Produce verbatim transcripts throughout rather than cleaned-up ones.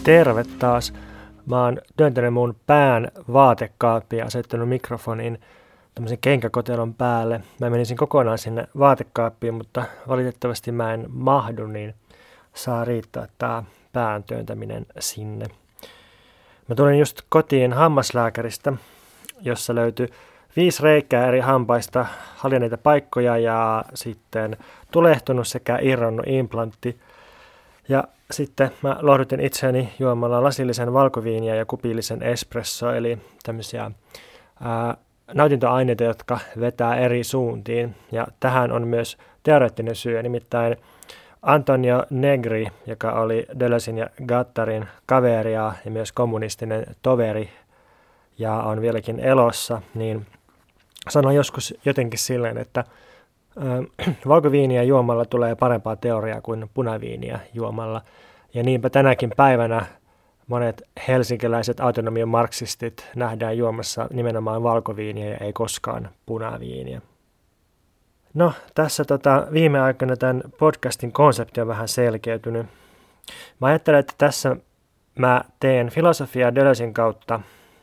Terve taas. Mä oon työntänyt mun pään vaatekaappiin ja asettanut mikrofonin tämmöisen kenkäkotelon päälle. Mä menisin kokonaan sinne vaatekaappiin, mutta valitettavasti mä en mahdu, niin saa riittää tää pään työntäminen sinne. Mä tulin just kotiin hammaslääkäristä, jossa löytyi viisi reikää eri hampaista, haljenneita paikkoja ja sitten tulehtunut sekä irronnut implantti. Ja sitten mä lohdutin itseäni juomalla lasillisen valkoviiniä ja kupillisen espresso, eli tämmöisiä ää, nautintoaineita, jotka vetää eri suuntiin. Ja tähän on myös teoreettinen syy, nimittäin Antonio Negri, joka oli Deleuzin ja Guattarin kaveri ja myös kommunistinen toveri ja on vieläkin elossa, niin sanoi joskus jotenkin silleen, että äh, valkoviiniä juomalla tulee parempaa teoriaa kuin punaviiniä juomalla. Ja niinpä tänäkin päivänä monet helsinkiläiset autonomian marksistit nähdään juomassa nimenomaan valkoviiniä ja ei koskaan punaviiniä. No, tässä tota, viime aikoina tämän podcastin konsepti on vähän selkeytynyt. Mä ajattelen, että tässä mä teen filosofiaa Deleuzin kautta.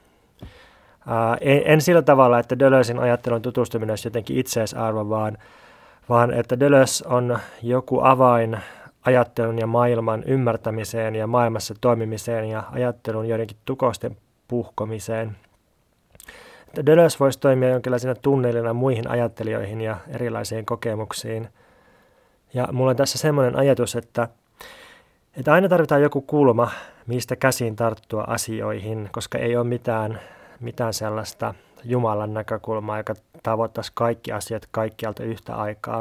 Ää, en, en sillä tavalla, että Deleuzin ajattelun tutustuminen olisi jotenkin itseisarvo, vaan, vaan että Deleuze on joku avain ajattelun ja maailman ymmärtämiseen ja maailmassa toimimiseen ja ajattelun joidenkin tukosten puhkomiseen. Että Deleuze voisi toimia jonkinlaisena tunnelina muihin ajattelijoihin ja erilaisiin kokemuksiin. Ja mulla on tässä semmoinen ajatus, että, että aina tarvitaan joku kulma, mistä käsin tarttua asioihin, koska ei ole mitään, mitään sellaista Jumalan näkökulmaa, joka tavoittaisi kaikki asiat kaikkialta yhtä aikaa.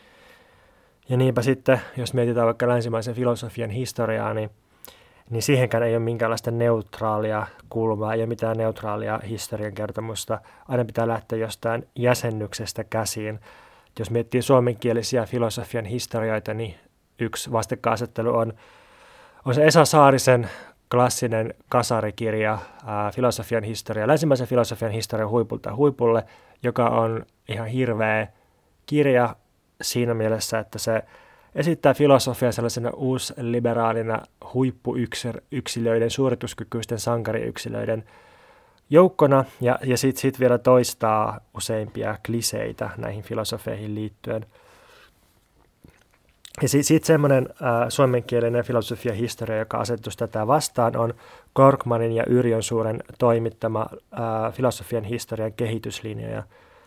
Ja niinpä sitten, jos mietitään vaikka länsimaisen filosofian historiaa, niin, niin siihenkään ei ole minkäänlaista neutraalia kulmaa, ei ole mitään neutraalia historian kertomusta. Aina pitää lähteä jostain jäsennyksestä käsiin. Jos miettii suomenkielisiä filosofian historioita, niin yksi vastakkainasettelu on, on se Esa Saarisen klassinen kasarikirja, ää, filosofian historia, länsimaisen filosofian historian huipulta huipulle, joka on ihan hirveä kirja siinä mielessä, että se esittää filosofiaa sellaisena uusliberaalina huippuyksilöiden, suorituskykyisten sankariyksilöiden joukkona, ja, ja sitten sit vielä toistaa useimpia kliseitä näihin filosofeihin liittyen. Ja sitten sit semmoinen äh, suomenkielinen filosofian historia, joka asettuisi tätä vastaan, on Korkmanin ja Yrjön Suuren toimittama äh, filosofian historian kehityslinjoja,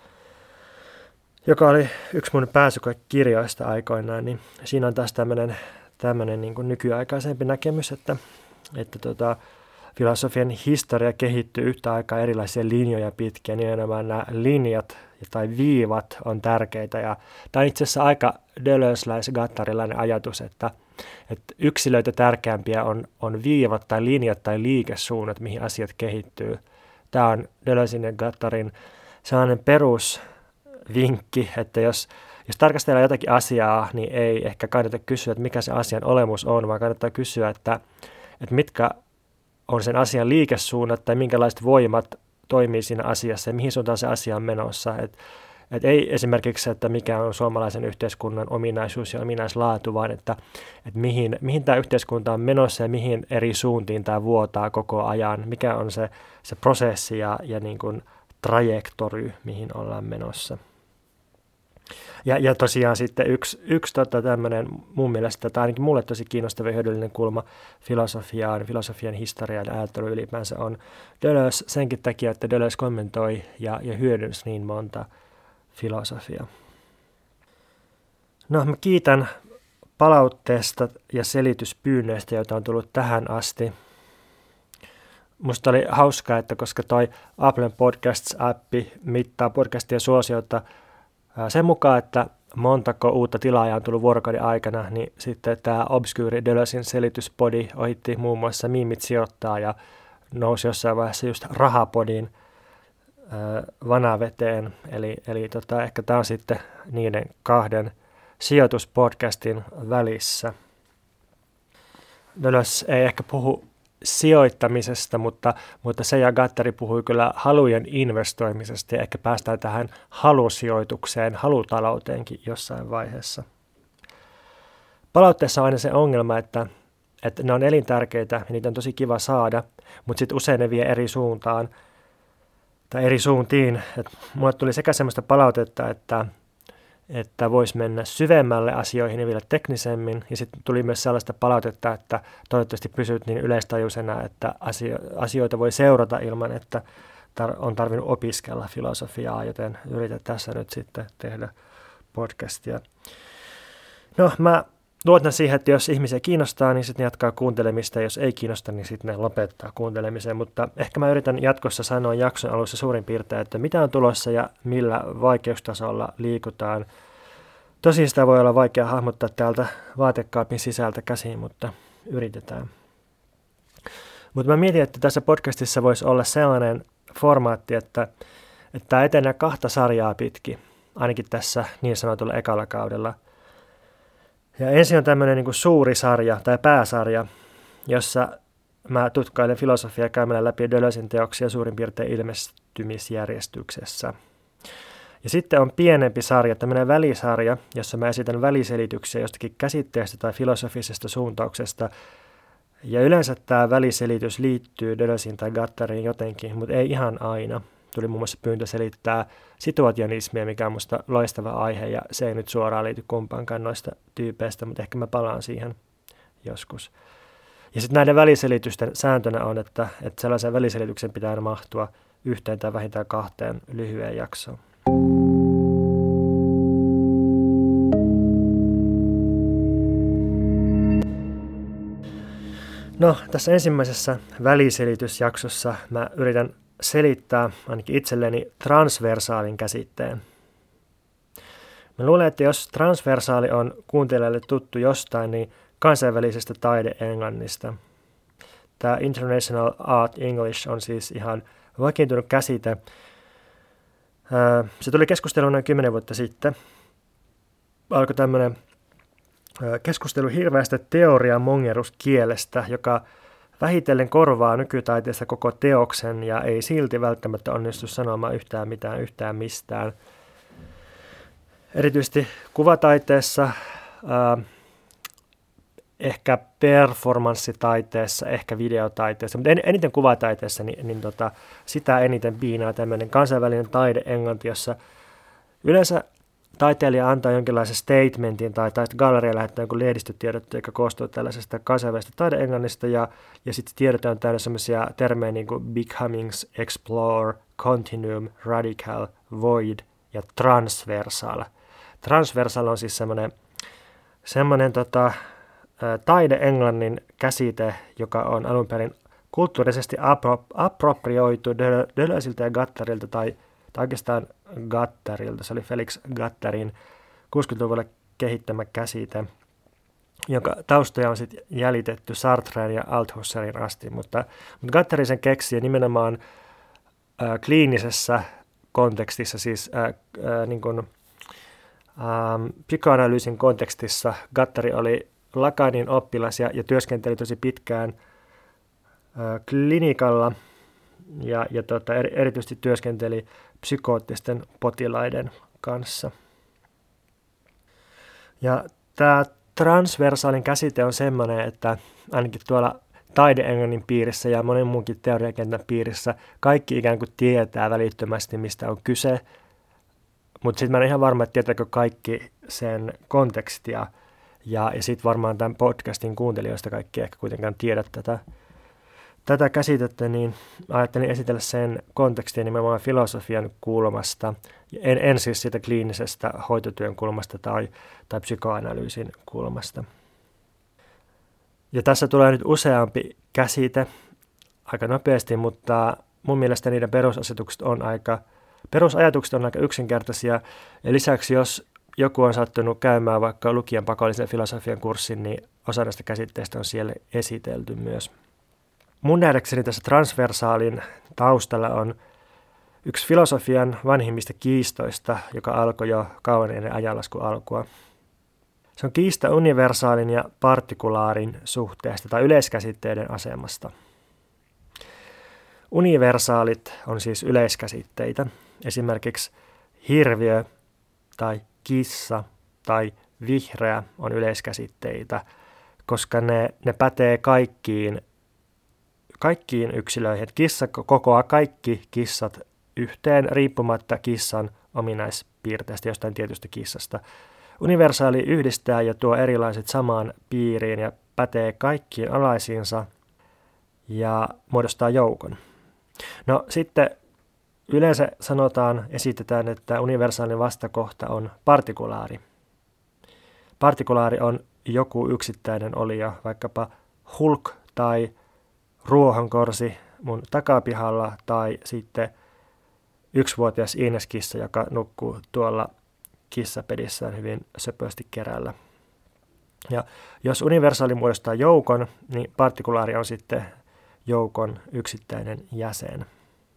joka oli yksi mun pääsykirjoista aikoinaan, niin siinä on taas tämmöinen, tämmöinen niin kuin nykyaikaisempi näkemys, että, että tota, filosofian historia kehittyy yhtä aikaa erilaisia linjoja pitkiä, nimenomaan nämä linjat tai viivat on tärkeitä. Ja tämä on itse asiassa aika deleuzeläis-gattarilainen ajatus, että, että yksilöitä tärkeämpiä on, on viivat tai linjat tai liikesuunnat, mihin asiat kehittyy. Tämä on Deleuzin ja Guattarin sellainen perus vinkki, että jos, jos tarkastellaan jotakin asiaa, niin ei ehkä kannata kysyä, että mikä se asian olemus on, vaan kannattaa kysyä, että, että mitkä on sen asian liikesuunnat tai minkälaiset voimat toimii siinä asiassa ja mihin suuntaan se asia on menossa. Et, et ei esimerkiksi, että mikä on suomalaisen yhteiskunnan ominaisuus ja ominaislaatu, vaan että, että mihin, mihin tämä yhteiskunta on menossa ja mihin eri suuntiin tämä vuotaa koko ajan, mikä on se, se prosessi ja, ja niin kuin trajektori, mihin ollaan menossa. Ja, ja tosiaan sitten yksi, yksi tota tämmöinen mun mielestä, tai ainakin mulle tosi kiinnostava ja hyödyllinen kulma filosofiaan, filosofian historiaan ja ajatteluun ylipäänsä on Deleuze senkin takia, että Deleuze kommentoi ja, ja hyödynsi niin monta filosofiaa. No, mä kiitän palautteesta ja selityspyynnöistä, joita on tullut tähän asti. Musta oli hauskaa, että koska toi Apple Podcasts-appi mittaa podcastien suosiota sen mukaan, että montako uutta tilaajaa on tullut vuorokauden aikana, niin sitten tämä Obscure Deleuzin selityspodi ohitti muun muassa Miimit sijoittaa ja nousi jossain vaiheessa just Rahapodin äh, vanaveteen. Eli, eli tota, ehkä tämä on sitten niiden kahden sijoituspodcastin välissä. Deleuze ei ehkä puhu sijoittamisesta, mutta, mutta se ja Guattari puhui kyllä halujen investoimisesta ja ehkä päästään tähän halusijoitukseen, halutalouteenkin jossain vaiheessa. Palautteessa on aina se ongelma, että, että ne on elintärkeitä ja niitä on tosi kiva saada, mutta sitten usein ne vie eri suuntaan tai eri suuntiin. Et mulle tuli sekä semmoista palautetta, että, että voisi mennä syvemmälle asioihin ja vielä teknisemmin, ja sitten tuli myös sellaista palautetta, että toivottavasti pysyt niin yleistajuisena, että asio- asioita voi seurata ilman, että tar- on tarvinnut opiskella filosofiaa, joten yritän tässä nyt sitten tehdä podcastia. No, mä luotan siihen, että jos ihmisiä kiinnostaa, niin sitten ne jatkaa kuuntelemista, ja jos ei kiinnosta, niin sitten ne lopettaa kuuntelemisen, mutta ehkä mä yritän jatkossa sanoa jakson alussa suurin piirtein, että mitä on tulossa ja millä vaikeustasolla liikutaan. Tosin sitä voi olla vaikea hahmottaa täältä vaatekaapin sisältä käsiin, mutta yritetään. Mutta mä mietin, että tässä podcastissa voisi olla sellainen formaatti, että, että tämä etenee kahta sarjaa pitkin, ainakin tässä niin sanotulla ekalla kaudella. Ja ensin on tämmöinen niin kuin suuri sarja tai pääsarja, jossa mä tutkailen filosofiaa käymällä läpi Deleuzen teoksia suurin piirtein ilmestymisjärjestyksessä. Ja sitten on pienempi sarja, tämmöinen välisarja, jossa mä esitän väliselityksiä jostakin käsitteestä tai filosofisesta suuntauksesta. Ja yleensä tämä väliselitys liittyy Deleuziin tai Guattariin jotenkin, mutta ei ihan aina. Tuli muun muassa pyyntö selittää situationismia, mikä on musta loistava aihe, ja se ei nyt suoraan liity kumpaankaan noista tyypeistä, mutta ehkä mä palaan siihen joskus. Ja sitten näiden väliselitysten sääntönä on, että, että sellaisen väliselityksen pitää aina mahtua yhteen tai vähintään kahteen lyhyen jaksoon. No, tässä ensimmäisessä väliselitysjaksossa mä yritän selittää ainakin itselleni transversaalin käsitteen. Mä luulen, että jos transversaali on kuuntelijalle tuttu jostain, niin kansainvälisestä taide-englannista. Tämä International Art English on siis ihan vakiintunut käsite. Se tuli keskusteluun noin kymmenen vuotta sitten. Alkoi tämmöinen keskustelu hirveästä teoriamongeruskielestä, joka vähitellen korvaa nykytaiteessa koko teoksen ja ei silti välttämättä onnistu sanomaan yhtään mitään yhtään mistään. Erityisesti kuvataiteessa, ää, ehkä performanssitaiteessa, ehkä videotaiteessa, mutta en, eniten kuvataiteessa, niin, niin tota, sitä eniten piinaa tämmöinen kansainvälinen taide-englanti, jossa yleensä taiteilija antaa jonkinlaisen statementin tai, tai galleria lähettää jonkun lehdistötiedotteen, joka koostuu tällaisesta kansainvälisestä taide-englannista, ja, ja sitten tiedot on täynnä sellaisia termejä niin kuin becomings, explore, continuum, radical, void ja transversal. Transversal on siis semmoinen, semmoinen tota, taide-englannin käsite, joka on alun perin kulttuurisesti apro, approprioitu Deleuzeltä ja Guattarilta, tai, tai oikeastaan Guattarilta. Se oli Felix Guattarin kuusikymmentäluvulla kehittämä käsite, jonka taustoja on sitten jäljitetty Sartreen ja Althusserin asti, mutta, mutta Guattari sen keksi, ja nimenomaan ää, kliinisessä kontekstissa, siis ää, ää, niin kuin, ää, psykoanalyysin kontekstissa Guattari oli Lacanin oppilas ja, ja työskenteli tosi pitkään ää, klinikalla, ja, ja tota, er, erityisesti työskenteli psykoottisten potilaiden kanssa. Ja tämä transversaalin käsite on semmoinen, että ainakin tuolla taide-englannin piirissä ja monen muunkin teoriakentän piirissä kaikki ikään kuin tietää välittömästi, mistä on kyse, mutta sitten mä en ihan varma, että tietääkö kaikki sen kontekstia, ja, ja sitten varmaan tämän podcastin kuuntelijoista kaikki ehkä kuitenkaan tiedä tätä, tätä käsitettä, niin ajattelin esitellä sen kontekstia nimenomaan filosofian kulmasta, en, en siis siitä kliinisestä hoitotyön kulmasta tai, tai psykoanalyysin kulmasta. Ja tässä tulee nyt useampi käsite aika nopeasti, mutta mun mielestä niiden perusasetukset on aika, perusajatukset on aika yksinkertaisia. Ja lisäksi jos joku on sattunut käymään vaikka lukijan pakollisen filosofian kurssin, niin osa näistä käsitteistä on siellä esitelty myös. Mun nähdäkseni tässä transversaalin taustalla on yksi filosofian vanhimmista kiistoista, joka alkoi jo kauan ennen ajanlaskun alkua. Se on kiista universaalin ja partikulaarin suhteesta tai yleiskäsitteiden asemasta. Universaalit on siis yleiskäsitteitä, esimerkiksi hirviö tai kissa tai vihreä on yleiskäsitteitä. koska ne, ne pätee kaikkiin, kaikkiin yksilöihin. Kissa kokoaa kaikki kissat yhteen riippumatta kissan ominaispiirteistä jostain tietystä kissasta. Universaali yhdistää ja tuo erilaiset samaan piiriin ja pätee kaikkiin alaisiinsa ja muodostaa joukon. No sitten yleensä sanotaan, esitetään, että universaalin vastakohta on partikulaari. Partikulaari on joku yksittäinen olio, vaikkapa Hulk tai ruohonkorsi mun takapihalla tai sitten yksivuotias Ines-kissa, joka nukkuu tuolla kissapedissään hyvin söpösti kerällä. Ja jos universaali muodostaa joukon, niin partikulaari on sitten joukon yksittäinen jäsen.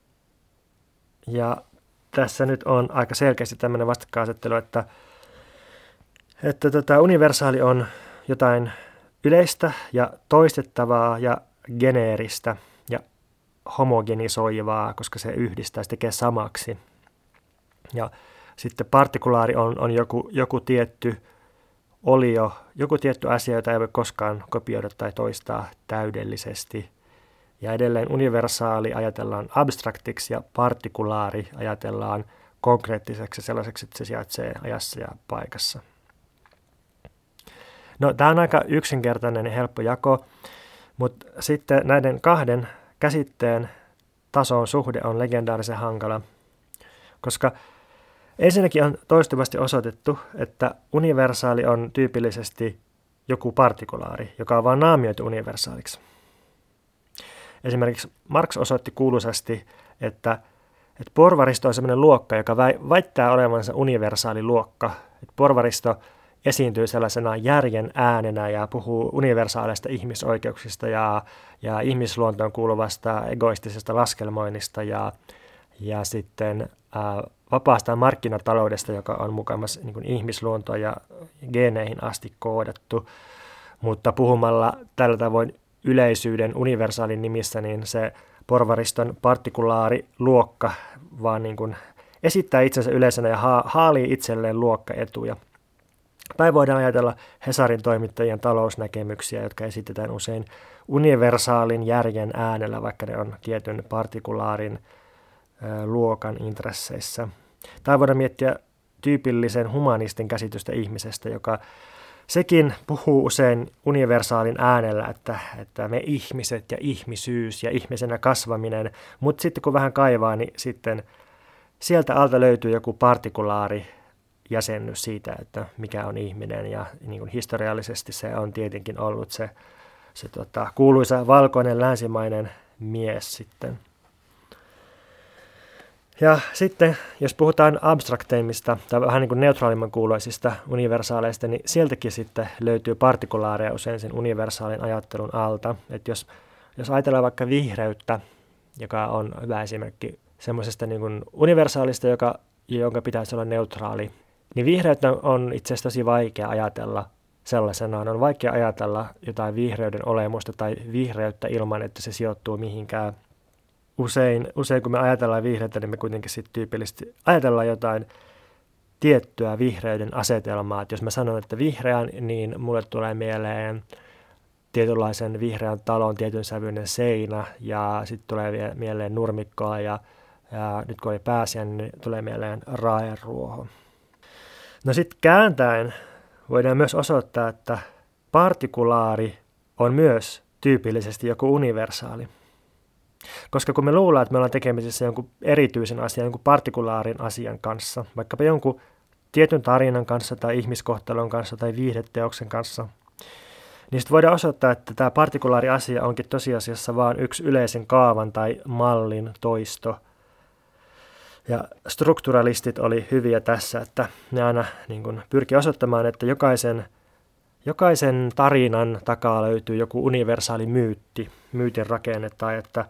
Ja tässä nyt on aika selkeästi tämmöinen vastakkainasettelu, että, että tota, universaali on jotain yleistä ja toistettavaa ja geneeristä ja homogenisoivaa, koska se yhdistää, se tekee samaksi. Ja sitten partikulaari on, on joku, joku tietty olio, joku tietty asia, jota ei voi koskaan kopioida tai toistaa täydellisesti. Ja edelleen universaali ajatellaan abstraktiksi ja partikulaari ajatellaan konkreettiseksi sellaiseksi, että se sijaitsee ajassa ja paikassa. No, tämä on aika yksinkertainen ja helppo jako, mutta sitten näiden kahden käsitteen tason suhde on legendaarisen hankala, koska ensinnäkin on toistuvasti osoitettu, että universaali on tyypillisesti joku partikulaari, joka on vain naamioitu universaaliksi. Esimerkiksi Marx osoitti kuuluisasti, että, että porvaristo on sellainen luokka, joka väittää olevansa universaali luokka. Että porvaristo esiintyy sellaisena järjen äänenä ja puhuu universaaleista ihmisoikeuksista ja, ja ihmisluontoon kuuluvasta egoistisesta laskelmoinnista ja, ja sitten ää, vapaasta markkinataloudesta, joka on mukamassa niin kuin ihmisluontoa ja geeneihin asti koodattu, mutta puhumalla tällä tavoin yleisyyden universaalin nimissä, niin se porvariston partikulaari luokka vaan niin kuin esittää itsensä yleisenä ja ha- haalii itselleen luokkaetuja. Päin voidaan ajatella Hesarin toimittajien talousnäkemyksiä, jotka esitetään usein universaalin järjen äänellä, vaikka ne on tietyn partikulaarin ö, luokan intresseissä. Tai voidaan miettiä tyypillisen humanistin käsitystä ihmisestä, joka sekin puhuu usein universaalin äänellä, että, että me ihmiset ja ihmisyys ja ihmisenä kasvaminen, mutta sitten kun vähän kaivaa, niin sitten sieltä alta löytyy joku partikulaari jäsennys siitä, että mikä on ihminen, ja niin kuin historiallisesti se on tietenkin ollut se, se tota, kuuluisa valkoinen länsimainen mies sitten. Ja sitten, jos puhutaan abstrakteimmista tai vähän niin kuin neutraalimman kuuloisista universaaleista, niin sieltäkin sitten löytyy partikulaareja usein sen universaalin ajattelun alta. Että jos, jos ajatellaan vaikka vihreyttä, joka on hyvä esimerkki semmoisesta niin kuin universaalista, joka, jonka pitäisi olla neutraali, niin vihreyttä on itse asiassa tosi vaikea ajatella sellaisenaan. On vaikea ajatella jotain vihreyden olemusta tai vihreyttä ilman, että se sijoittuu mihinkään. Usein, usein kun me ajatellaan vihreyttä, niin me kuitenkin sitten tyypillisesti ajatellaan jotain tiettyä vihreyden asetelmaa. Et jos mä sanon, että vihreän, niin mulle tulee mieleen tietynlaisen vihreän talon tietyn sävyinen seinä, ja sitten tulee mieleen nurmikkoa, ja, ja nyt kun oli pääsiäinen, niin tulee mieleen raeruoho. No sitten kääntäen voidaan myös osoittaa, että partikulaari on myös tyypillisesti joku universaali. Koska kun me luullaan, että me ollaan tekemisissä jonkun erityisen asian, jonkun partikulaarin asian kanssa, vaikkapa jonkun tietyn tarinan kanssa tai ihmiskohtalon kanssa tai viihdeteoksen kanssa, niin sitten voidaan osoittaa, että tämä partikulaari asia onkin tosiasiassa vain yksi yleisen kaavan tai mallin toisto. Ja strukturalistit oli hyviä tässä, että ne aina niin kuin pyrki osoittamaan, että jokaisen, jokaisen tarinan takaa löytyy joku universaali myytti, myytin rakenne, tai että,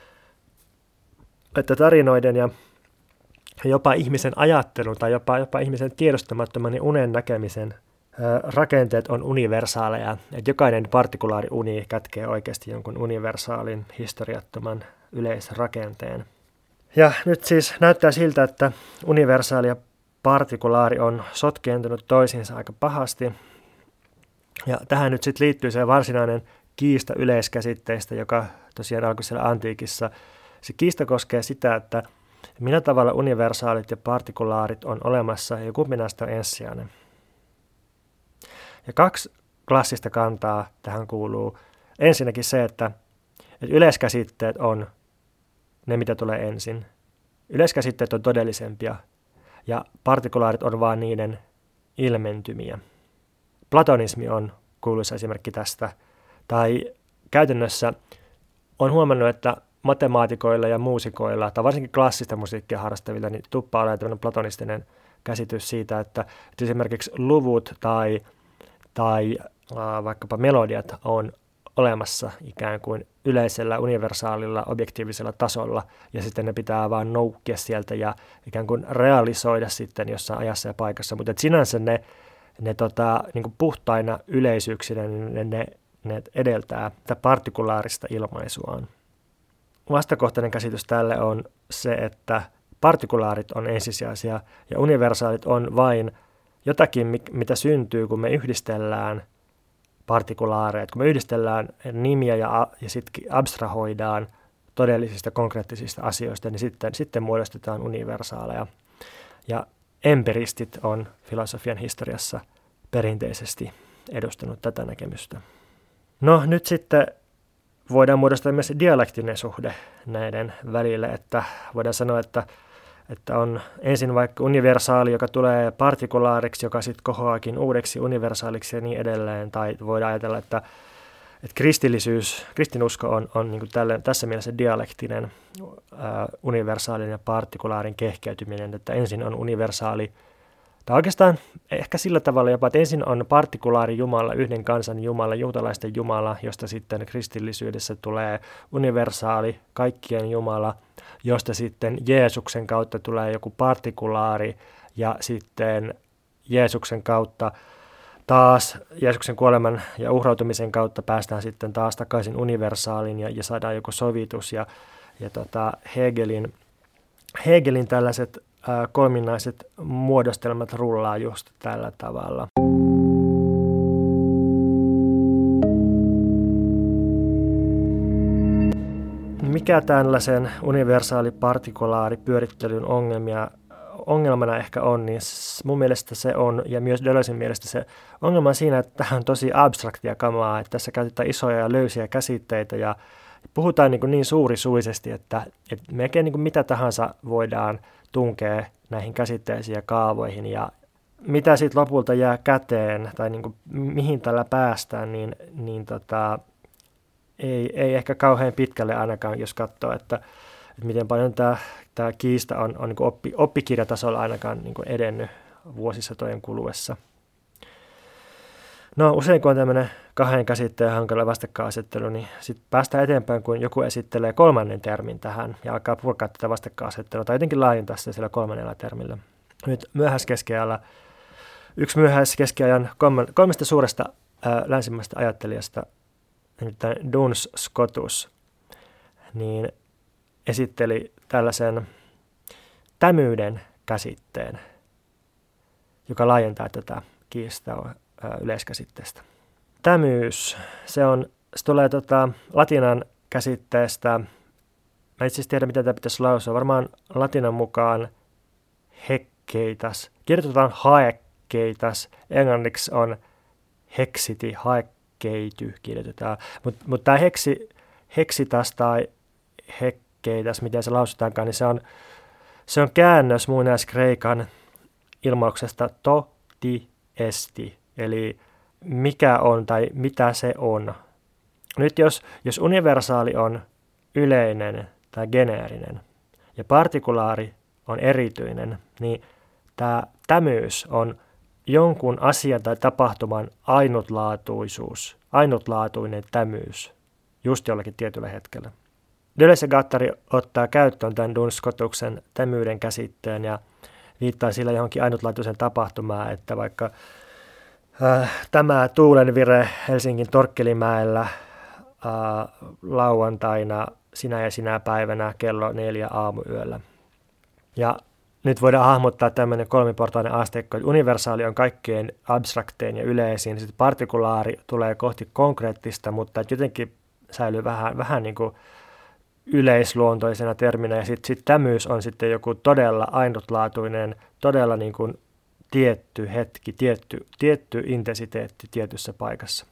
että tarinoiden ja jopa ihmisen ajattelun tai jopa, jopa ihmisen tiedostamattoman ja unen näkemisen ää, rakenteet on universaaleja. Että jokainen partikulaari uni kätkee oikeasti jonkun universaalin historiattoman yleisrakenteen. Ja nyt siis näyttää siltä, että universaali ja partikulaari on sotkeentunut toisiinsa aika pahasti. Ja tähän nyt sitten liittyy se varsinainen kiista yleiskäsitteistä, joka tosiaan alkoi siellä antiikissa. Se kiista koskee sitä, että millä tavalla universaalit ja partikulaarit on olemassa ja kumpi näistä on ensisijainen. Ja kaksi klassista kantaa tähän kuuluu. Ensinnäkin se, että, että yleiskäsitteet on ne, mitä tulee ensin. Yleiskäsitteet on todellisempia ja partikulaarit on vain niiden ilmentymiä. Platonismi on kuuluisa esimerkki tästä. Tai käytännössä on huomannut, että matemaatikoilla ja muusikoilla, tai varsinkin klassista musiikkia harrastavilla, niin tuppaa olemaan tämmöinen platonistinen käsitys siitä, että, että esimerkiksi luvut tai, tai äh, vaikkapa melodiat on olemassa ikään kuin yleisellä, universaalilla, objektiivisella tasolla, ja sitten ne pitää vaan noukkia sieltä ja ikään kuin realisoida sitten jossain ajassa ja paikassa. Mutta sinänsä ne, ne tota, niin kuin puhtaina yleisyyksinä, ne, ne, ne edeltää tätä partikulaarista ilmaisuaan. Vastakohtainen käsitys tälle on se, että partikulaarit on ensisijaisia ja universaalit on vain jotakin, mitä syntyy, kun me yhdistellään partikulaareja, kun me yhdistellään nimiä ja, ja sitten abstrahoidaan todellisista konkreettisista asioista, niin sitten, sitten muodostetaan universaaleja. Ja empiristit on filosofian historiassa perinteisesti edustanut tätä näkemystä. No nyt sitten voidaan muodostaa myös dialektinen suhde näiden välille, että voidaan sanoa, että, että on ensin vaikka universaali, joka tulee partikulaariksi, joka sitten kohoaakin uudeksi universaaliksi ja niin edelleen. Tai voidaan ajatella, että, että kristillisyys, kristinusko on, on niin kuin tälle, tässä mielessä dialektinen ää, universaalin ja partikulaarin kehkeytyminen, että ensin on universaali, tai oikeastaan ehkä sillä tavalla jopa, että ensin on partikulaari Jumala, yhden kansan Jumala, juutalaisten Jumala, josta sitten kristillisyydessä tulee universaali, kaikkien Jumala, josta sitten Jeesuksen kautta tulee joku partikulaari ja sitten Jeesuksen kautta taas, Jeesuksen kuoleman ja uhrautumisen kautta päästään sitten taas takaisin universaalin ja, ja saadaan joku sovitus ja, ja tota Hegelin, Hegelin tällaiset ää, kolminnaiset muodostelmat rullaa just tällä tavalla. Mikä tällaisen universaali-partikulaari pyörittelyn ongelmia, ongelmana ehkä on, niin mun mielestä se on, ja myös Deleuzen mielestä se ongelma on siinä, että tämä on tosi abstraktia kamaa, että tässä käytetään isoja ja löysiä käsitteitä ja puhutaan niin, niin suurisuisesti, että, että melkein niin mitä tahansa voidaan tunkea näihin käsitteisiin ja kaavoihin ja mitä sitten lopulta jää käteen tai niin kuin, mihin tällä päästään, niin, niin tota, ei, ei ehkä kauhean pitkälle ainakaan, jos katsoo, että, että miten paljon tämä, tämä kiista on, on niin kuin oppi, oppikirjatasolla ainakaan niin kuin edennyt vuosisatojen kuluessa. No usein kun on tämmöinen kahden käsitteen hankala vastakkainasettelu, niin sitten päästään eteenpäin, kun joku esittelee kolmannen termin tähän ja alkaa purkaa tätä vastakkainasettelua tai jotenkin laajentaa sitä sillä kolmannella termillä. Nyt myöhäiskeskiajalla, yksi myöhäiskeskiajan kolmesta suuresta ää, länsimäistä ajattelijasta, nimittäin Duns Scotus, niin esitteli tällaisen tämyyden käsitteen, joka laajentaa tätä kiistaa yleiskäsitteestä. Tämyys, se, on, se tulee tota, latinan käsitteestä, mä itse asiassa tiedä, mitä tämä pitäisi lausua, varmaan latinan mukaan hekkeitas, kirjoitetaan haekkeitas, englanniksi on heksiti, haekkeity kirjoitetaan, mutta mut tämä heksi, heksitas tai hekkeitas, miten se lausutaankaan, niin se on, se on käännös muinaiskreikan ilmauksesta to, ti, esti, eli mikä on tai mitä se on. Nyt jos, jos universaali on yleinen tai geneerinen ja partikulaari on erityinen, niin tämä tämyys on jonkun asian tai tapahtuman ainutlaatuisuus, ainutlaatuinen tämyys just jollakin tietyllä hetkellä. Deleuze ja Guattari ottaa käyttöön tämän Duns Scotuksen tämyyden käsitteen ja viittaa sillä johonkin ainutlaatuisen tapahtumaan, että vaikka äh, tämä tuulenvire Helsingin Torkkelimäellä äh, lauantaina sinä ja sinä päivänä kello neljä aamuyöllä. Ja nyt voidaan hahmottaa tämmöinen kolmiportainen asteikko, että universaali on kaikkein abstraktein ja yleisin, sitten partikulaari tulee kohti konkreettista, mutta jotenkin säilyy vähän, vähän niin kuin yleisluontoisena terminä, ja sitten sit tämmöys on sitten joku todella ainutlaatuinen, todella niin kuin tietty hetki, tietty, tietty intensiteetti tietyssä paikassa.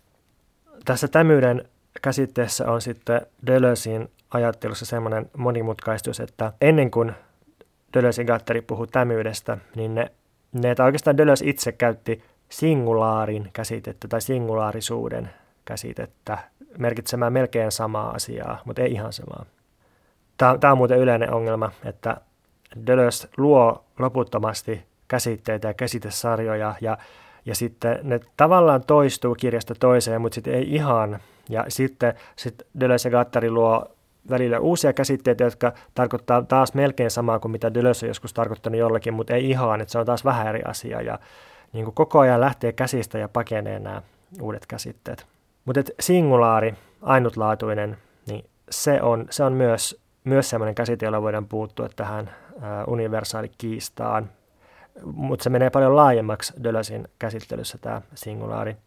Tässä tämmöiden käsitteessä on sitten Deleuzen ajattelussa semmoinen monimutkaistus, että ennen kuin Deleuze ja Guattari puhuu tämmöidestä, niin ne, ne tai oikeastaan Deleuze itse käytti singulaarin käsitettä tai singulaarisuuden käsitettä merkitsemään melkein samaa asiaa, mutta ei ihan samaa. Tämä, tämä on muuten yleinen ongelma, että Deleuze luo loputtomasti käsitteitä ja käsitesarjoja, ja, ja sitten ne tavallaan toistuu kirjasta toiseen, mutta sitten ei ihan. Ja sitten sit Deleuze ja Guattari luo välillä uusia käsitteitä, jotka tarkoittaa taas melkein samaa kuin mitä Deleuze on joskus tarkoittanut jollakin, mutta ei ihan, että se on taas vähän eri asia. Ja niin kuin koko ajan lähtee käsistä ja pakenee nämä uudet käsitteet. Mutta singulaari, ainutlaatuinen, niin se on, se on myös, myös sellainen käsite, jolla voidaan puuttua tähän ää, universaalikiistaan. Mutta se menee paljon laajemmaksi Deleuzen käsittelyssä tämä singulaari.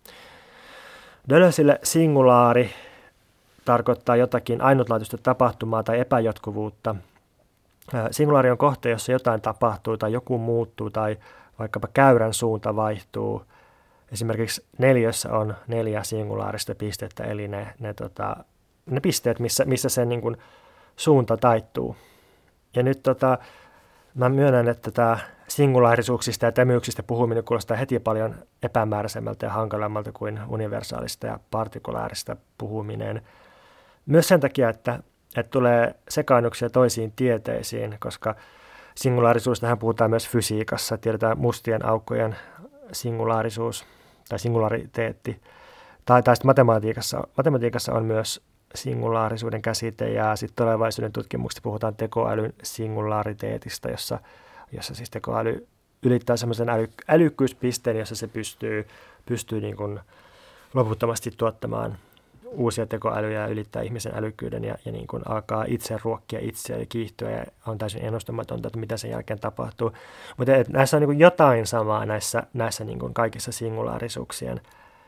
Deleuzelle singulaari tarkoittaa jotakin ainutlaatuista tapahtumaa tai epäjatkuvuutta. Singulaari on kohta, jossa jotain tapahtuu tai joku muuttuu tai vaikkapa käyrän suunta vaihtuu. Esimerkiksi neliössä on neljä singulaarista pistettä, eli ne, ne, tota, ne pisteet, missä, missä se niin kuin suunta taittuu. Ja nyt tota, mä myönnän, että tämä singulaarisuuksista ja tämmöyksistä puhuminen kuulostaa heti paljon epämääräisemmältä ja hankalammalta kuin universaalista ja partikulaarista puhuminen. Myös sen takia, että, että tulee sekaannuksia toisiin tieteisiin, koska singulaarisuudestahan puhutaan myös fysiikassa. Tiedetään mustien aukkojen singulaarisuus tai singulariteetti. Tai, tai sitten matematiikassa, matematiikassa on myös singulaarisuuden käsite, ja sitten tulevaisuuden tutkimuksessa puhutaan tekoälyn singulariteetista, jossa, jossa siis tekoäly ylittää semmoisen äly, älykkyyspisteen, jossa se pystyy, pystyy niin kuin loputtomasti tuottamaan uusia tekoälyjä ja ylittää ihmisen älykkyyden ja, ja niin kuin alkaa itse ruokkia itseä ja kiihtyä ja on täysin ennustamatonta, että mitä sen jälkeen tapahtuu. Mutta näissä on niin kuin jotain samaa näissä, näissä niin kuin kaikissa singulaarisuuksien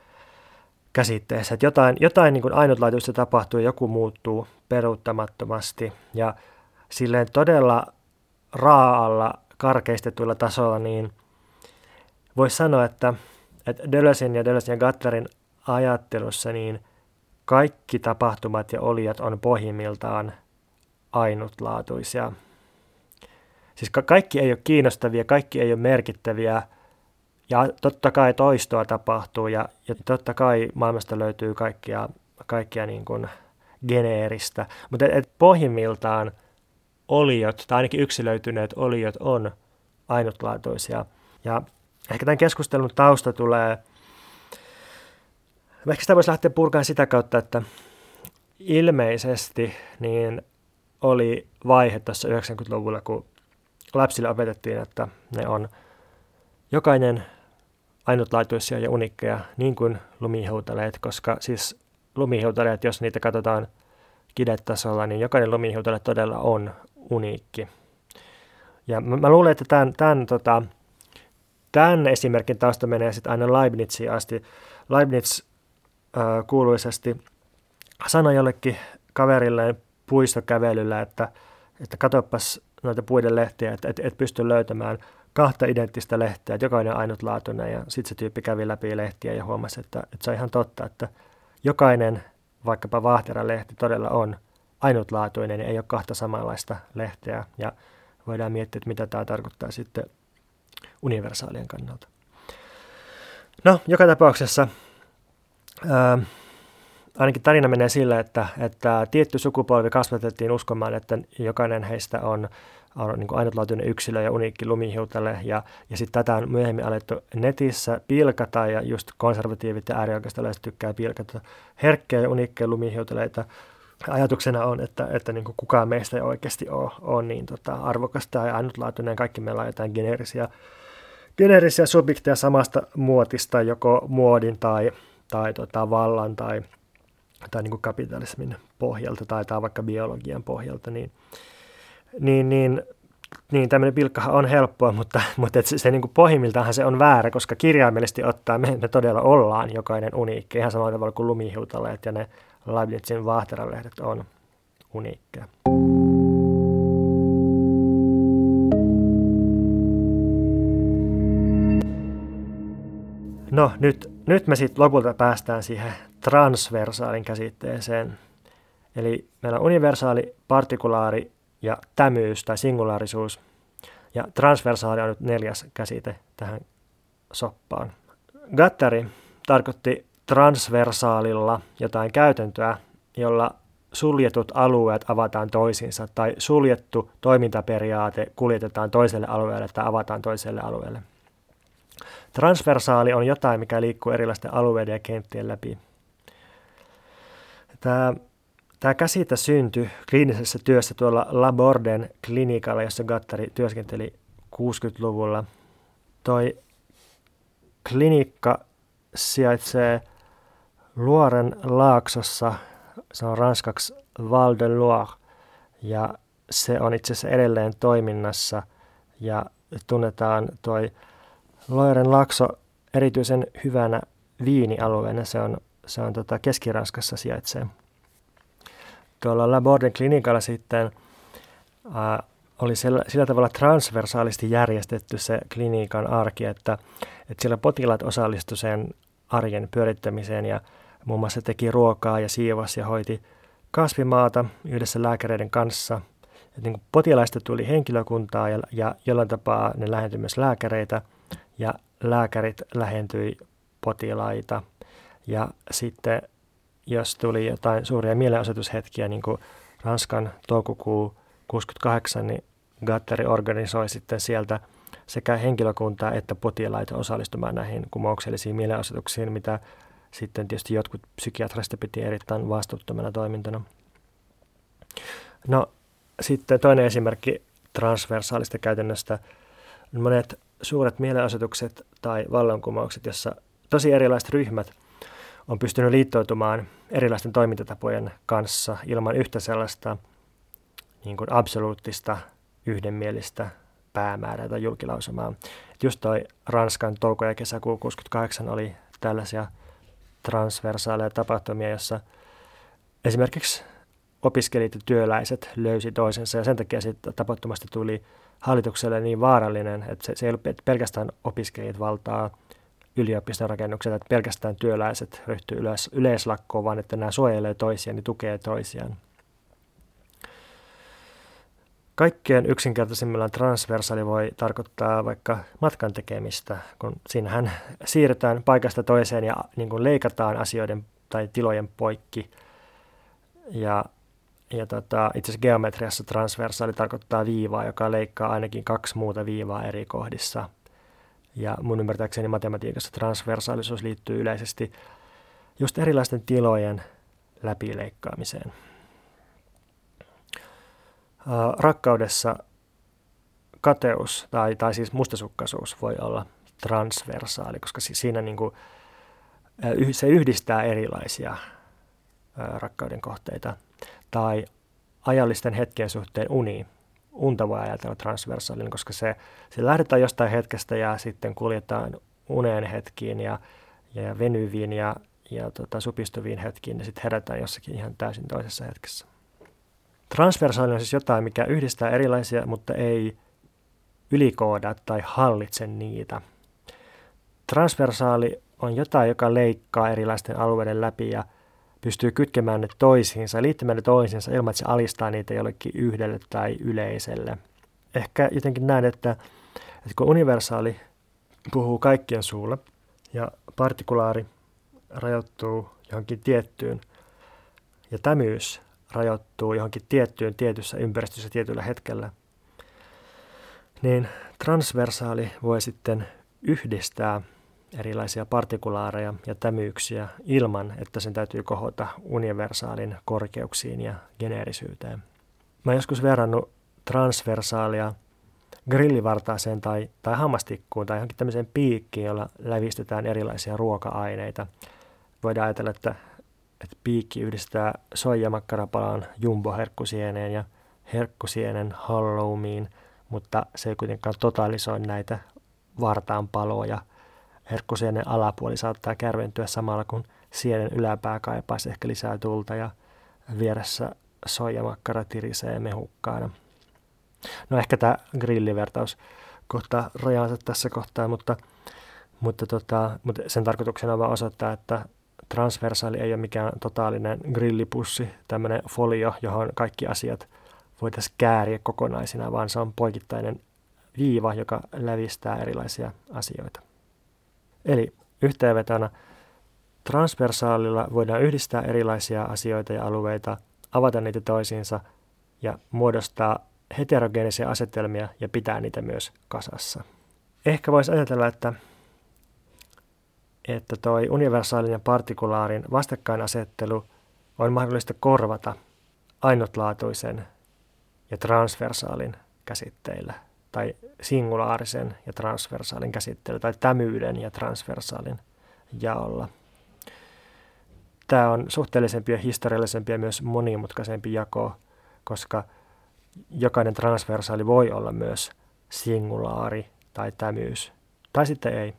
käsitteessä. Että jotain jotain niin kuin ainutlaatuista tapahtuu ja joku muuttuu peruuttamattomasti ja silleen todella raa'alla, karkeistetuilla tasolla, niin voisi sanoa, että, että Deleuzen ja Deleuzen ja Guattarin ajattelussa niin kaikki tapahtumat ja olijat on pohjimmiltaan ainutlaatuisia. Siis ka- kaikki ei ole kiinnostavia, kaikki ei ole merkittäviä, ja totta kai toistoa tapahtuu, ja, ja totta kai maailmasta löytyy kaikkia, kaikkia niin kuin geneeristä, mutta et, et pohjimmiltaan oliot, tai ainakin yksilöityneet oliot on ainutlaatuisia. Ja ehkä tämän keskustelun tausta tulee, ehkä sitä voisi lähteä purkaan sitä kautta, että ilmeisesti niin oli vaihe tuossa yhdeksänkymmentäluvulla, kun lapsille opetettiin, että ne on jokainen ainutlaatuisia ja uniikkeja, niin kuin lumihiutaleet, koska siis lumihiutaleet, jos niitä katsotaan kidetasolla, niin jokainen lumihiutale todella on uniikki. Ja mä, mä luulen, että tämän, tämän, tota, tämän esimerkin tausta menee sitten aina Leibniziin asti. Leibniz äh, kuuluisesti sanoi jollekin kaverilleen puistokävelyllä, että, että katoppas noita puiden lehtiä, että et, et pysty löytämään kahta identtistä lehteä, että jokainen on ainutlaatuinen, ja sitten se tyyppi kävi läpi lehtiä ja huomasi, että, että se on ihan totta, että jokainen vaikkapa vaahteralehti todella on ainutlaatuinen ja ei ole kahta samanlaista lehteä, ja voidaan miettiä, että mitä tämä tarkoittaa sitten universaalien kannalta. No, joka tapauksessa ää, ainakin tarina menee sillä, että, että tietty sukupolvi kasvatettiin uskomaan, että jokainen heistä on, on niin kuin ainutlaatuinen yksilö ja uniikki lumihiutale, ja, ja sitten tätä on myöhemmin alettu netissä pilkata, ja just konservatiivit ja äärioikeistolaiset tykkää pilkata herkkiä ja uniikkeja lumihiutaleita. Ajatuksena on, että, että niin kuin kukaan meistä ei oikeasti ole, ole niin tota, arvokasta ja ainutlaatuinen, kaikki meillä on jotain geneerisiä, geneerisiä subjekteja samasta muotista, joko muodin tai, tai tota, vallan tai, tai niin kuin kapitalismin pohjalta tai, tai vaikka biologian pohjalta, niin Niin, niin niin tämmöinen pilkkahan on helppoa, mutta, mutta et se, se niin kuin pohjimmiltaanhan se on väärä, koska kirjaimellisesti ottaa me, me todella ollaan jokainen uniikki, ihan samalla tavalla kuin lumihiutaleet ja ne Leibnizin vaahteralehdet on uniikkeja. No nyt, nyt me sitten lopulta päästään siihen transversaalin käsitteeseen. Eli meillä on universaali, partikulaari ja tämyys tai singulaarisuus. Ja transversaali on nyt neljäs käsite tähän soppaan. Guattari tarkoitti transversaalilla jotain käytäntöä, jolla suljetut alueet avataan toisiinsa tai suljettu toimintaperiaate kuljetetaan toiselle alueelle tai avataan toiselle alueelle. Transversaali on jotain, mikä liikkuu erilaisten alueiden ja kenttien läpi. Tämä, tämä käsite syntyi kliinisessä työssä tuolla Laborden klinikalla, jossa Guattari työskenteli kuusikymmentäluvulla. Toi klinikka sijaitsee Luoren laaksossa, se on ranskaksi Val de Loire, ja se on itse asiassa edelleen toiminnassa ja tunnetaan toi Loiren laakso erityisen hyvänä viinialueena, se on, se on tota Keski-Ranskassa sijaitsee. Tuolla Laborden klinikalla sitten ää, oli sillä, sillä tavalla transversaalisti järjestetty se klinikan arki, että, että siellä potilaat osallistuivat sen arjen pyörittämiseen ja muun muassa teki ruokaa ja siivasi ja hoiti kasvimaata yhdessä lääkäreiden kanssa. Et niin kuin potilaista tuli henkilökuntaa ja, ja jollain tapaa ne lähentyi myös lääkäreitä ja lääkärit lähentyi potilaita. Ja sitten jos tuli jotain suuria mielenosoitushetkiä, niin kuin Ranskan toukokuu kuusikymmentäkahdeksan, niin Guattari organisoi sitten sieltä sekä henkilökuntaa että potilaita osallistumaan näihin kumouksellisiin mielenosoituksiin, mitä sitten tietysti jotkut psykiatrista piti erittäin vastuuttomana toimintana. No sitten toinen esimerkki transversaalista käytännöstä. Monet suuret mielenosoitukset tai vallankumoukset, jossa tosi erilaiset ryhmät on pystynyt liittoutumaan erilaisten toimintatapojen kanssa ilman yhtä sellaista niin kuin absoluuttista yhdenmielistä päämäärää tai julkilausumaa. Just toi Ranskan touko- ja kesäkuu kuusikymmentäkahdeksan oli tällaisia transversaaleja tapahtumia, jossa esimerkiksi opiskelijat ja työläiset löysi toisensa ja sen takia siitä tapahtumasta tuli hallitukselle niin vaarallinen, että se, se ei ollut pelkästään opiskelijat valtaa yliopiston rakennukset, että pelkästään työläiset ryhtyy yleis, yleislakkoon, vaan että nämä suojelee toisiaan ja tukee toisiaan. Kaikkein yksinkertaisimmillaan transversaali voi tarkoittaa vaikka matkan tekemistä, kun siinähän siirretään paikasta toiseen ja niin kuin leikataan asioiden tai tilojen poikki. Ja, ja tota, itse asiassa geometriassa transversaali tarkoittaa viivaa, joka leikkaa ainakin kaksi muuta viivaa eri kohdissa. Ja mun ymmärtääkseni matematiikassa transversaalisuus liittyy yleisesti just erilaisten tilojen läpileikkaamiseen. Rakkaudessa kateus tai, tai siis mustasukkaisuus voi olla transversaali, koska siinä niin kuin, se yhdistää erilaisia rakkauden kohteita. Tai ajallisten hetkien suhteen uni. Unta voi ajatella transversaalina, koska se, se lähdetään jostain hetkestä ja sitten kuljetaan uneen hetkiin ja, ja venyviin ja, ja tota, supistuviin hetkiin ja sitten herätään jossakin ihan täysin toisessa hetkessä. Transversaali on siis jotain, mikä yhdistää erilaisia, mutta ei ylikooda tai hallitse niitä. Transversaali on jotain, joka leikkaa erilaisten alueiden läpi ja pystyy kytkemään ne toisiinsa, liittämään ne toisiinsa ilman, että se alistaa niitä jollekin yhdelle tai yleiselle. Ehkä jotenkin näen, että, että kun universaali puhuu kaikkien suulla ja partikulaari rajoittuu johonkin tiettyyn ja tämyys rajoittuu johonkin tiettyyn tietyssä ympäristössä tietyllä hetkellä, niin transversaali voi sitten yhdistää erilaisia partikulaareja ja tämyyksiä ilman, että sen täytyy kohota universaalin korkeuksiin ja geneerisyyteen. Mä oon joskus verrannut transversaalia grillivartaaseen tai, tai hammastikkuun tai johonkin tämmöiseen piikkiin, jolla lävistetään erilaisia ruoka-aineita. Voidaan ajatella, että, että piikki yhdistää soijamakkarapalaon jumboherkkusieneen ja herkkusienen halloumiin, mutta se ei kuitenkaan totalisoi näitä vartaanpaloja. Herkkusienen alapuoli saattaa kärventyä samalla, kun sienen yläpää kaipaisi ehkä lisää tulta ja vieressä soijamakkara tirisee mehukkaana. No ehkä tämä grillivertaus kohtaa rajansa tässä kohtaa, mutta, mutta, tota, mutta sen tarkoituksena on vaan osoittaa, että transversaali ei ole mikään totaalinen grillipussi, tämmöinen folio, johon kaikki asiat voitaisiin kääriä kokonaisina, vaan se on poikittainen viiva, joka lävistää erilaisia asioita. Eli yhteenvetona transversaalilla voidaan yhdistää erilaisia asioita ja alueita, avata niitä toisiinsa ja muodostaa heterogeenisia asetelmia ja pitää niitä myös kasassa. Ehkä voisi ajatella, että, että toi universaalin ja partikulaarin vastakkainasettelu on mahdollista korvata ainutlaatuisen ja transversaalin käsitteillä, tai singulaarisen ja transversaalin käsitteillä, tai tämyyden ja transversaalin jaolla. Tämä on suhteellisempi ja historiallisempi ja myös monimutkaisempi jako, koska jokainen transversaali voi olla myös singulaari tai tämyys, tai sitten ei.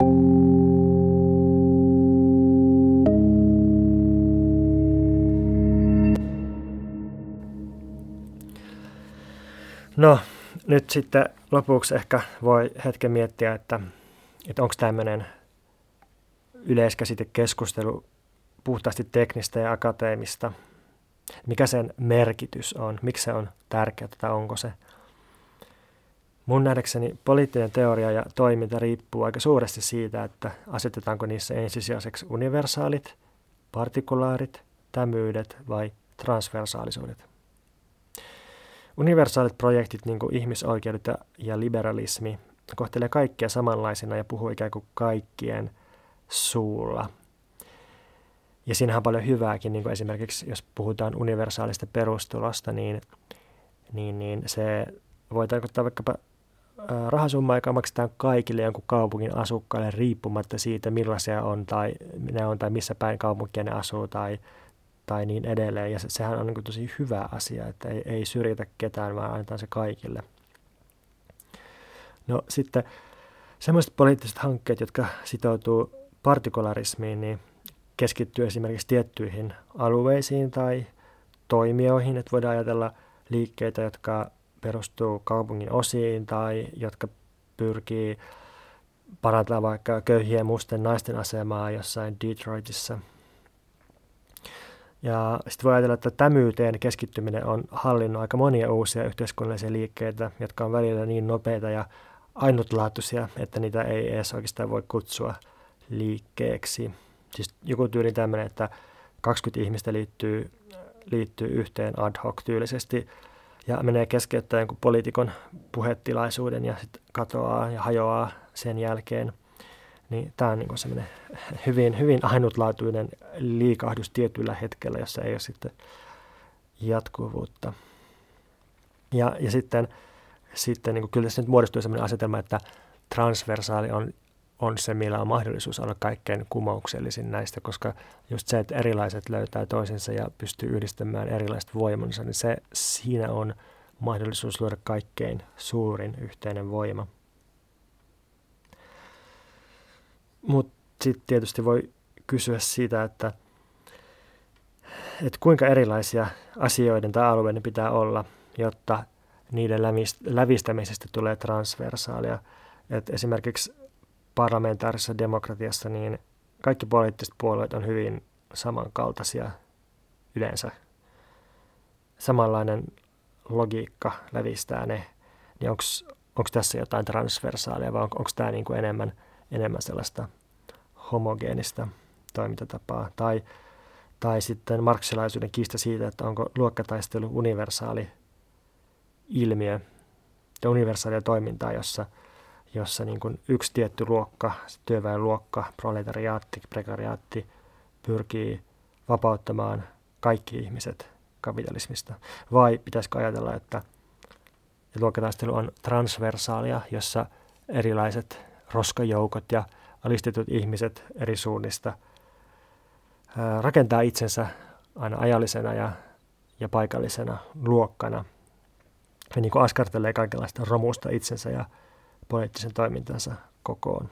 No, nyt sitten lopuksi ehkä voi hetken miettiä, että, että onko tämmöinen yleiskäsitekeskustelu puhtaasti teknistä ja akateemista. Mikä sen merkitys on? Miksi se on tärkeää tai onko se? Mun nähdäkseni poliittinen teoria ja toiminta riippuu aika suuresti siitä, että asetetaanko niissä ensisijaiseksi universaalit, partikulaarit, tämyydet vai transversaalisuudet. Universaalit projektit, niin kuin ihmisoikeudet ja liberalismi, kohtelee kaikkia samanlaisina ja puhuu ikään kuin kaikkien suulla. Ja siinähän on paljon hyvääkin, niin kuin esimerkiksi jos puhutaan universaalista perustulosta, niin, niin, niin se voi tarkoittaa vaikkapa rahasummaa, joka maksetaan kaikille jonkun kaupungin asukkaille riippumatta siitä, millaisia on tai ne on tai missä päin kaupunkia ne asuu tai, tai niin edelleen. Ja se, sehän on niin kuin tosi hyvä asia, että ei, ei syrjitä ketään, vaan annetaan se kaikille. No sitten sellaiset poliittiset hankkeet, jotka sitoutuu partikularismiin, niin keskittyy esimerkiksi tiettyihin alueisiin tai toimijoihin, että voidaan ajatella liikkeitä, jotka perustuu kaupungin osiin tai jotka pyrkii parantamaan vaikka köyhien musten naisten asemaa jossain Detroitissa. Ja sitten voi ajatella, että tämyyteen keskittyminen on hallinnut aika monia uusia yhteiskunnallisia liikkeitä, jotka on välillä niin nopeita ja ainutlaatuisia, että niitä ei edes oikeastaan voi kutsua liikkeeksi. Siis joku tyyli tämmöinen, että kaksikymmentä ihmistä liittyy, liittyy yhteen ad hoc tyylisesti ja menee keskeyttämään jonkun poliitikon puhetilaisuuden ja sitten katoaa ja hajoaa sen jälkeen. Niin tämä on niin semmoinen hyvin, hyvin ainutlaatuinen liikahdus tietyllä hetkellä, jossa ei ole sitten jatkuvuutta. Ja, ja sitten, sitten niin kyllä tässä nyt muodostuu semmoinen asetelma, että transversaali on on se, millä on mahdollisuus olla kaikkein kumouksellisin näistä, koska just se, että erilaiset löytää toisensa ja pystyy yhdistämään erilaiset voimansa, niin se, siinä on mahdollisuus luoda kaikkein suurin yhteinen voima. Mutta sitten tietysti voi kysyä siitä, että, että kuinka erilaisia asioiden tai alueiden pitää olla, jotta niiden lävistämisestä tulee transversaalia. Et esimerkiksi parlamentaarisessa demokratiassa niin kaikki poliittiset puolueet on hyvin samankaltaisia yleensä. Samanlainen logiikka lävistää ne. Niin onko tässä jotain transversaalia vai on, onko tämä niinku enemmän, enemmän sellaista homogeenista toimintatapaa? Tai, tai sitten marksilaisuuden kiista siitä, että onko luokkataistelu universaali ilmiö ja universaalia toimintaa, jossa jossa niin kuin yksi tietty luokka, työväenluokka, proletariaatti, prekariaatti pyrkii vapauttamaan kaikki ihmiset kapitalismista. Vai pitäisikö ajatella, että luokkataistelu on transversaalia, jossa erilaiset roskajoukot ja alistetut ihmiset eri suunnista rakentaa itsensä aina ajallisena ja, ja paikallisena luokkana ja niin kuin askartelee kaikenlaista romusta itsensä ja poliittisen toimintansa kokoon.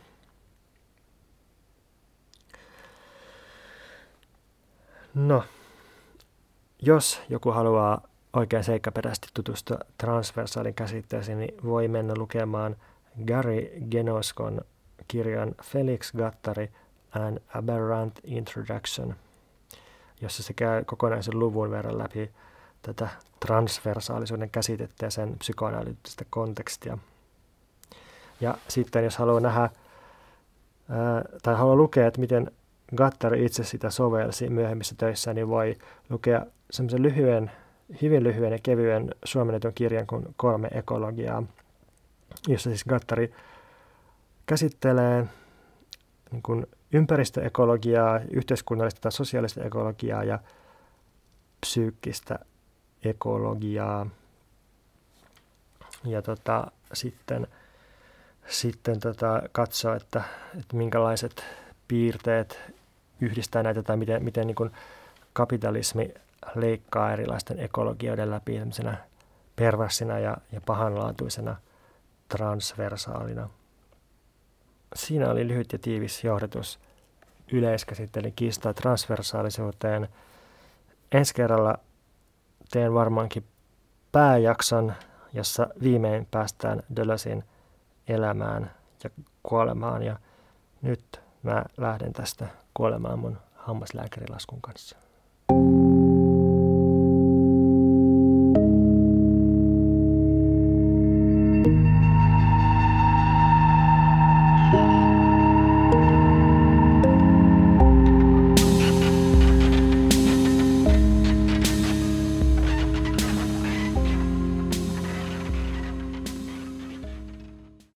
No, jos joku haluaa oikein seikkaperäisesti tutustua transversaalin käsitteeseen, niin voi mennä lukemaan Gary Genoskon kirjan Felix Guattari, An Aberrant Introduction, jossa se käy kokonaisen luvun verran läpi tätä transversaalisuuden käsitettä ja sen psykoanalyyttistä kontekstia. Ja sitten jos haluaa nähdä ää, tai haluaa lukea, että miten Guattari itse sitä sovelsi myöhemmissä töissä, niin voi lukea semmoisen lyhyen, hyvin lyhyen ja kevyen suomennetun kirjan kuin Kolme ekologiaa, jossa siis Guattari käsittelee niin kuin ympäristöekologiaa, yhteiskunnallista tai sosiaalista ekologiaa ja psyykkistä ekologiaa. Ja tota, sitten, sitten tota, katsoo, että, että minkälaiset piirteet yhdistää näitä tai miten, miten niin kuin kapitalismi leikkaa erilaisten ekologioiden läpi tämmöisenä perversina ja, ja pahanlaatuisena transversaalina. Siinä oli lyhyt ja tiivis johdatus yleiskäsittelyn kiistaa transversaalisuuteen. Ensi kerralla teen varmaankin pääjakson, jossa viimein päästään Deleuzen elämään ja kuolemaan. Ja nyt mä lähden tästä kuolemaan mun hammaslääkärilaskun kanssa.